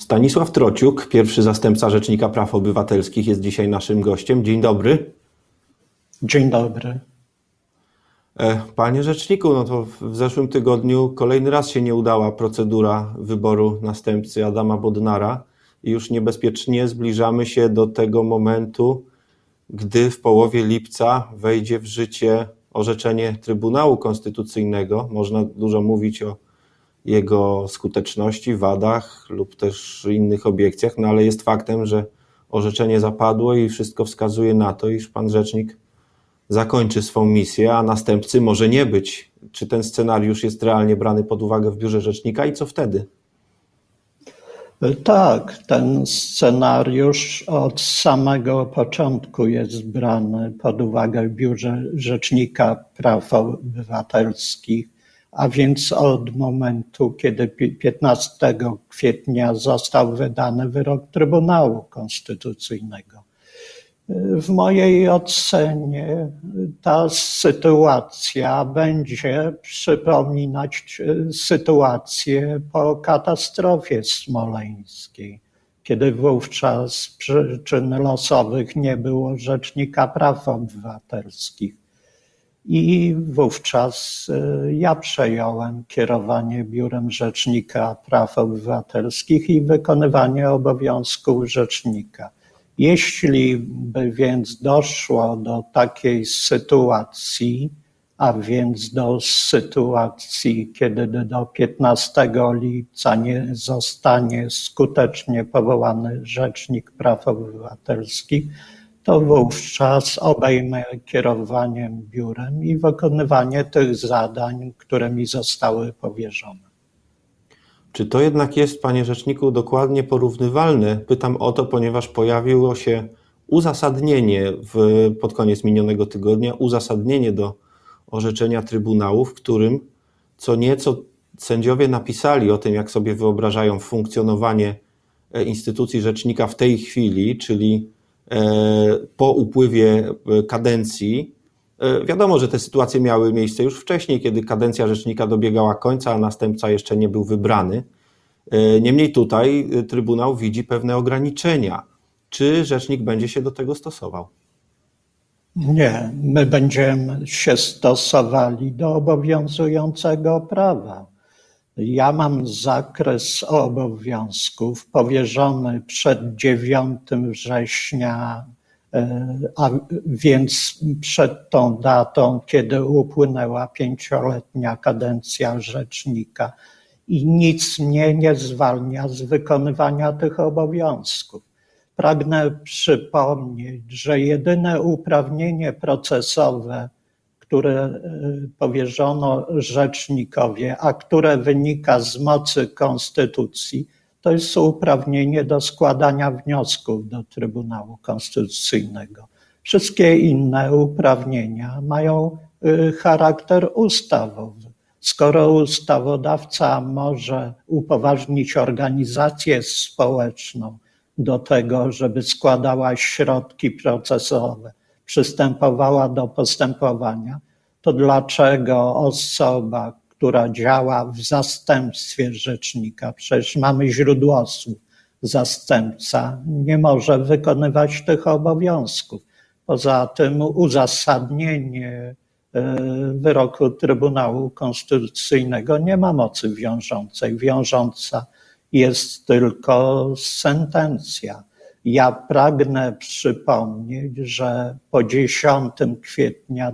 Stanisław Trociuk, pierwszy zastępca Rzecznika Praw Obywatelskich, jest dzisiaj naszym gościem. Dzień dobry. Dzień dobry. Panie Rzeczniku, no to w zeszłym tygodniu kolejny raz się nie udała procedura wyboru następcy Adama Bodnara i już niebezpiecznie zbliżamy się do tego momentu, gdy w połowie lipca wejdzie w życie orzeczenie Trybunału Konstytucyjnego. Można dużo mówić o jego skuteczności, wadach lub też innych obiekcjach, no ale jest faktem, że orzeczenie zapadło i wszystko wskazuje na to, iż pan rzecznik zakończy swą misję, a następcy może nie być. Czy ten scenariusz jest realnie brany pod uwagę w biurze rzecznika i co wtedy? Tak, ten scenariusz od samego początku jest brany pod uwagę w biurze Rzecznika Praw Obywatelskich, a więc od momentu, kiedy 15 kwietnia został wydany wyrok Trybunału Konstytucyjnego. W mojej ocenie ta sytuacja będzie przypominać sytuację po katastrofie smoleńskiej, kiedy wówczas z przyczyn losowych nie było Rzecznika Praw Obywatelskich. I wówczas ja przejąłem kierowanie Biurem Rzecznika Praw Obywatelskich i wykonywanie obowiązków rzecznika. Jeśli by więc doszło do takiej sytuacji, a więc do sytuacji, kiedy do 15 lipca nie zostanie skutecznie powołany Rzecznik Praw Obywatelskich, to wówczas obejmę kierowaniem biurem i wykonywanie tych zadań, które mi zostały powierzone. Czy to jednak jest, panie rzeczniku, dokładnie porównywalne? Pytam o to, ponieważ pojawiło się uzasadnienie pod koniec minionego tygodnia, uzasadnienie do orzeczenia Trybunału, w którym co nieco sędziowie napisali o tym, jak sobie wyobrażają funkcjonowanie instytucji rzecznika w tej chwili, czyli po upływie kadencji. Wiadomo, że te sytuacje miały miejsce już wcześniej, kiedy kadencja rzecznika dobiegała końca, a następca jeszcze nie był wybrany. Niemniej tutaj Trybunał widzi pewne ograniczenia. Czy rzecznik będzie się do tego stosował? Nie, my będziemy się stosowali do obowiązującego prawa. Ja mam zakres obowiązków powierzony przed 9 września, a więc przed tą datą, kiedy upłynęła 5-letnia kadencja rzecznika i nic mnie nie zwalnia z wykonywania tych obowiązków. Pragnę przypomnieć, że jedyne uprawnienie procesowe, które powierzono rzecznikowi, a które wynika z mocy Konstytucji, to jest uprawnienie do składania wniosków do Trybunału Konstytucyjnego. Wszystkie inne uprawnienia mają charakter ustawowy. Skoro ustawodawca może upoważnić organizację społeczną do tego, żeby składała środki procesowe, przystępowała do postępowania, to dlaczego osoba, która działa w zastępstwie rzecznika, przecież mamy źródło słów, zastępca, nie może wykonywać tych obowiązków. Poza tym uzasadnienie wyroku Trybunału Konstytucyjnego nie ma mocy wiążącej. Wiążąca jest tylko sentencja. Ja pragnę przypomnieć, że po 10 kwietnia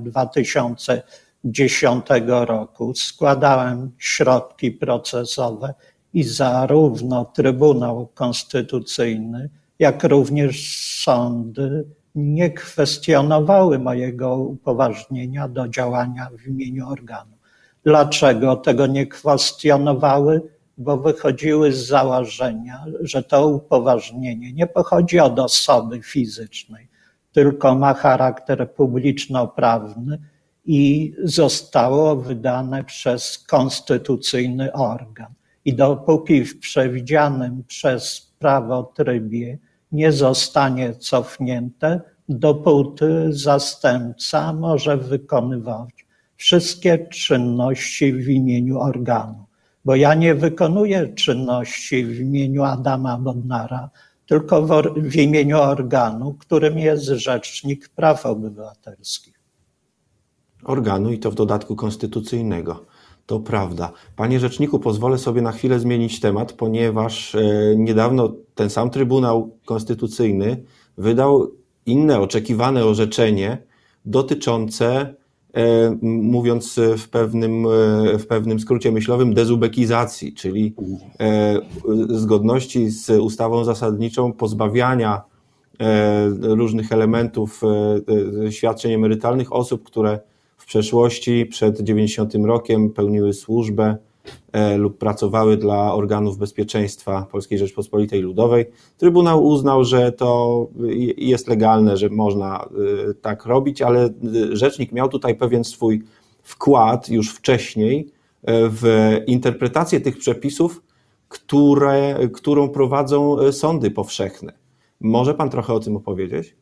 2010 roku składałem środki procesowe i zarówno Trybunał Konstytucyjny, jak również sądy nie kwestionowały mojego upoważnienia do działania w imieniu organu. Dlaczego tego nie kwestionowały? Bo wychodziły z założenia, że to upoważnienie nie pochodzi od osoby fizycznej, tylko ma charakter publiczno-prawny i zostało wydane przez konstytucyjny organ. I dopóki w przewidzianym przez prawo trybie nie zostanie cofnięte, dopóty zastępca może wykonywać wszystkie czynności w imieniu organu. bo ja nie wykonuję czynności w imieniu Adama Bodnara, tylko w imieniu organu, którym jest Rzecznik Praw Obywatelskich. Organu i to w dodatku konstytucyjnego. To prawda. Panie rzeczniku, pozwolę sobie na chwilę zmienić temat, ponieważ niedawno ten sam Trybunał Konstytucyjny wydał inne oczekiwane orzeczenie dotyczące, mówiąc w pewnym skrócie myślowym, dezubekizacji, czyli zgodności z ustawą zasadniczą pozbawiania różnych elementów świadczeń emerytalnych osób, które w przeszłości przed 90 rokiem pełniły służbę lub pracowały dla organów bezpieczeństwa Polskiej Rzeczpospolitej Ludowej. Trybunał uznał, że to jest legalne, że można tak robić, ale rzecznik miał tutaj pewien swój wkład już wcześniej w interpretację tych przepisów, którą prowadzą sądy powszechne. Może pan trochę o tym opowiedzieć?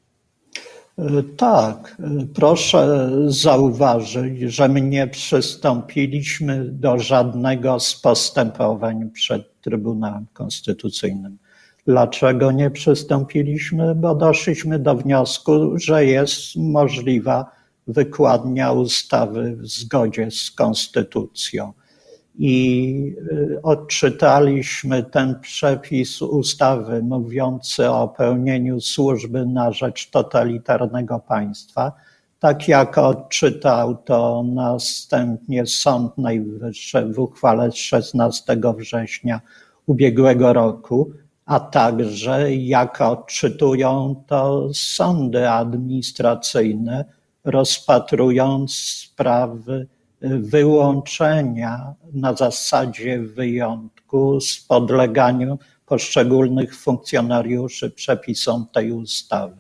Tak, proszę zauważyć, że my nie przystąpiliśmy do żadnego z postępowań przed Trybunałem Konstytucyjnym. Dlaczego nie przystąpiliśmy? Bo doszliśmy do wniosku, że jest możliwa wykładnia ustawy w zgodzie z konstytucją. I odczytaliśmy ten przepis ustawy mówiący o pełnieniu służby na rzecz totalitarnego państwa, tak jak odczytał to następnie Sąd Najwyższy w uchwale z 16 września ubiegłego roku, a także jak odczytują to sądy administracyjne, rozpatrując sprawy wyłączenia na zasadzie wyjątku z podleganiu poszczególnych funkcjonariuszy przepisom tej ustawy.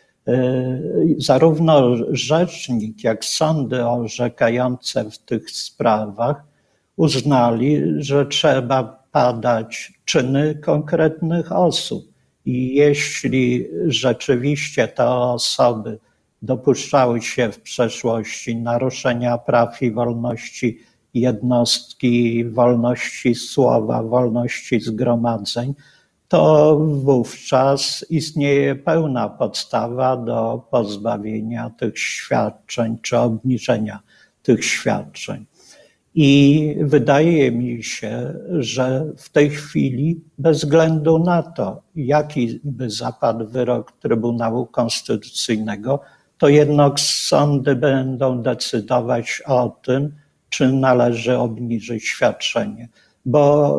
Zarówno rzecznik, jak sądy orzekające w tych sprawach uznali, że trzeba badać czyny konkretnych osób i jeśli rzeczywiście te osoby dopuszczały się w przeszłości naruszenia praw i wolności jednostki, wolności słowa, wolności zgromadzeń, to wówczas istnieje pełna podstawa do pozbawienia tych świadczeń czy obniżenia tych świadczeń. I wydaje mi się, że w tej chwili, bez względu na to, jaki by zapadł wyrok Trybunału Konstytucyjnego, to jednak sądy będą decydować o tym, czy należy obniżyć świadczenie. Bo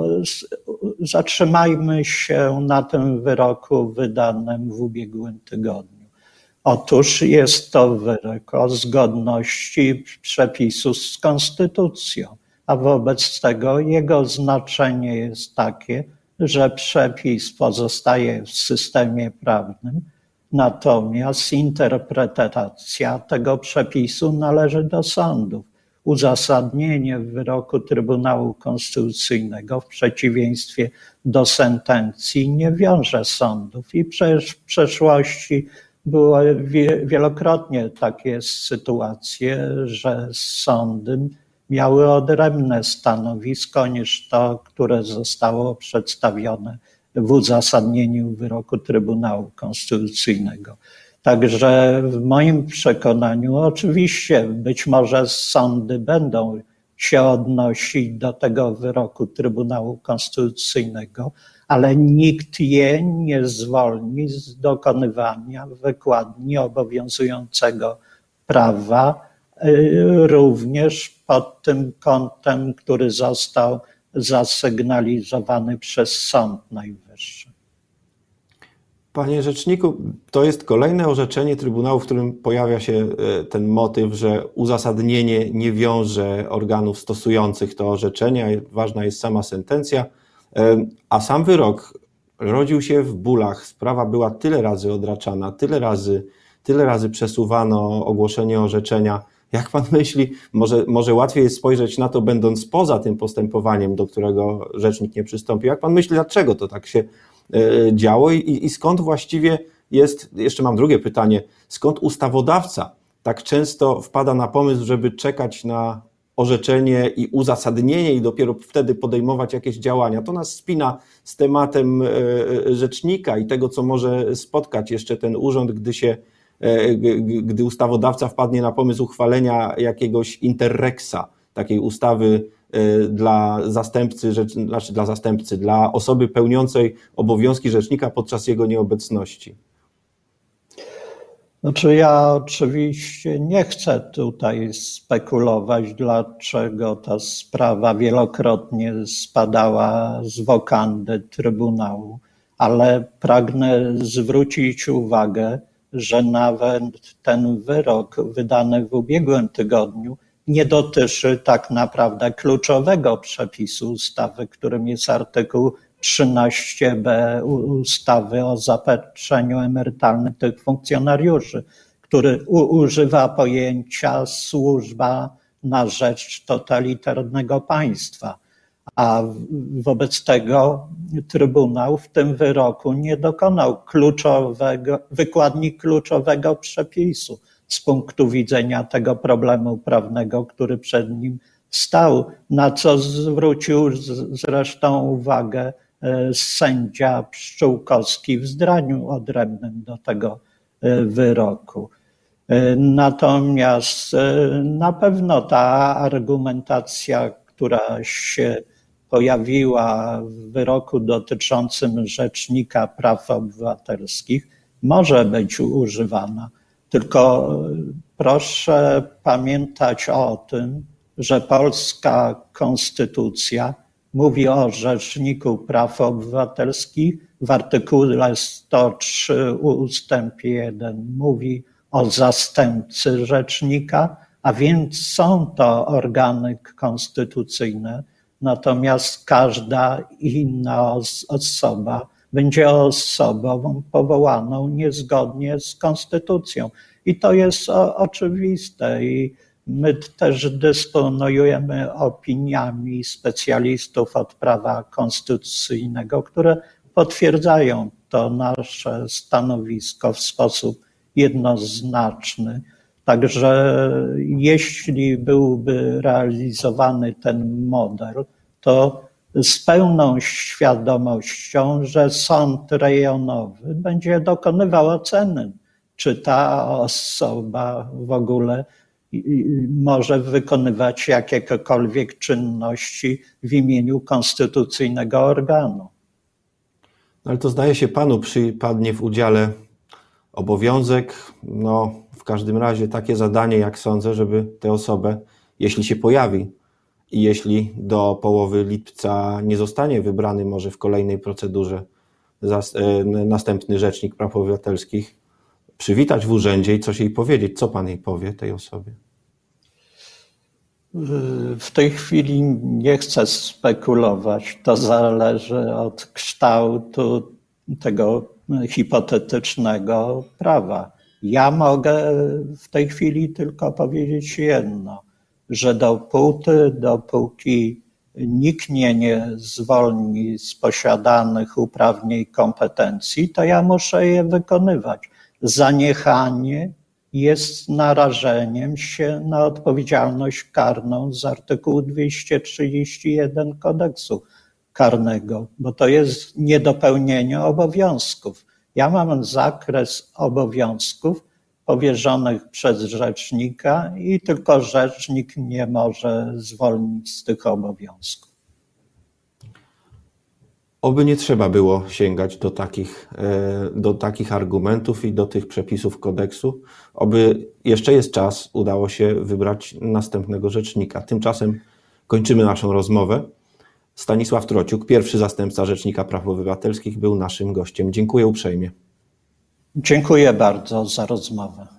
zatrzymajmy się na tym wyroku wydanym w ubiegłym tygodniu. Otóż jest to wyrok o zgodności przepisu z konstytucją, a wobec tego jego znaczenie jest takie, że przepis pozostaje w systemie prawnym, natomiast interpretacja tego przepisu należy do sądów. Uzasadnienie wyroku Trybunału Konstytucyjnego w przeciwieństwie do sentencji nie wiąże sądów i przecież w przeszłości były wielokrotnie takie sytuacje, że sądy miały odrębne stanowisko niż to, które zostało przedstawione w uzasadnieniu wyroku Trybunału Konstytucyjnego. Także w moim przekonaniu oczywiście być może sądy będą się odnosić do tego wyroku Trybunału Konstytucyjnego, ale nikt je nie zwolni z dokonywania wykładni obowiązującego prawa, również pod tym kątem, który został zasygnalizowany przez Sąd Najwyższy. Panie rzeczniku, to jest kolejne orzeczenie Trybunału, w którym pojawia się ten motyw, że uzasadnienie nie wiąże organów stosujących to orzeczenie, ważna jest sama sentencja, a sam wyrok rodził się w bólach. Sprawa była tyle razy odraczana, tyle razy przesuwano ogłoszenie orzeczenia. Jak pan myśli, może łatwiej jest spojrzeć na to, będąc poza tym postępowaniem, do którego rzecznik nie przystąpił. Jak pan myśli, dlaczego to tak się działo i skąd właściwie jest, jeszcze mam drugie pytanie, skąd ustawodawca tak często wpada na pomysł, żeby czekać na orzeczenie i uzasadnienie i dopiero wtedy podejmować jakieś działania. To nas spina z tematem rzecznika i tego, co może spotkać jeszcze ten urząd, gdy ustawodawca wpadnie na pomysł uchwalenia jakiegoś interreksa, takiej ustawy dla osoby pełniącej obowiązki rzecznika podczas jego nieobecności. Znaczy ja oczywiście nie chcę tutaj spekulować, dlaczego ta sprawa wielokrotnie spadała z wokandy Trybunału, ale pragnę zwrócić uwagę, że nawet ten wyrok wydany w ubiegłym tygodniu nie dotyczy tak naprawdę kluczowego przepisu ustawy, którym jest artykuł 13b ustawy o zaopatrzeniu emerytalnym tych funkcjonariuszy, który używa pojęcia służba na rzecz totalitarnego państwa. A wobec tego Trybunał w tym wyroku nie dokonał wykładni kluczowego przepisu z punktu widzenia tego problemu prawnego, który przed nim stał, na co zwrócił zresztą uwagę sędzia Pszczółkowski w zdaniu odrębnym do tego wyroku. Natomiast na pewno ta argumentacja, która się pojawiła w wyroku dotyczącym Rzecznika Praw Obywatelskich, może być używana. Tylko proszę pamiętać o tym, że polska konstytucja mówi o Rzeczniku Praw Obywatelskich. W artykule 103 ustępie 1 mówi o zastępcy rzecznika, a więc są to organy konstytucyjne, natomiast każda inna osoba będzie osobą powołaną niezgodnie z konstytucją. I to jest oczywiste. I my też dysponujemy opiniami specjalistów od prawa konstytucyjnego, które potwierdzają to nasze stanowisko w sposób jednoznaczny. Także jeśli byłby realizowany ten model, to z pełną świadomością, że sąd rejonowy będzie dokonywał oceny, czy ta osoba w ogóle może wykonywać jakiekolwiek czynności w imieniu konstytucyjnego organu. Ale to zdaje się panu przypadnie w udziale obowiązek, w każdym razie takie zadanie, jak sądzę, żeby tę osobę, jeśli się pojawi i jeśli do połowy lipca nie zostanie wybrany może w kolejnej procedurze następny Rzecznik Praw Obywatelskich, przywitać w urzędzie i coś jej powiedzieć. Co pan jej powie, tej osobie? W tej chwili nie chcę spekulować. To zależy od kształtu tego hipotetycznego prawa. Ja mogę w tej chwili tylko powiedzieć jedno, że dopóki nikt mnie nie zwolni z posiadanych uprawnień i kompetencji, to ja muszę je wykonywać. Zaniechanie jest narażeniem się na odpowiedzialność karną z artykułu 231 kodeksu karnego, bo to jest niedopełnienie obowiązków. Ja mam zakres obowiązków powierzonych przez rzecznika i tylko rzecznik nie może zwolnić z tych obowiązków. Oby nie trzeba było sięgać do takich argumentów i do tych przepisów kodeksu. Oby jeszcze jest czas, udało się wybrać następnego rzecznika. Tymczasem kończymy naszą rozmowę. Stanisław Trociuk, pierwszy zastępca Rzecznika Praw Obywatelskich, był naszym gościem. Dziękuję uprzejmie. Dziękuję bardzo za rozmowę.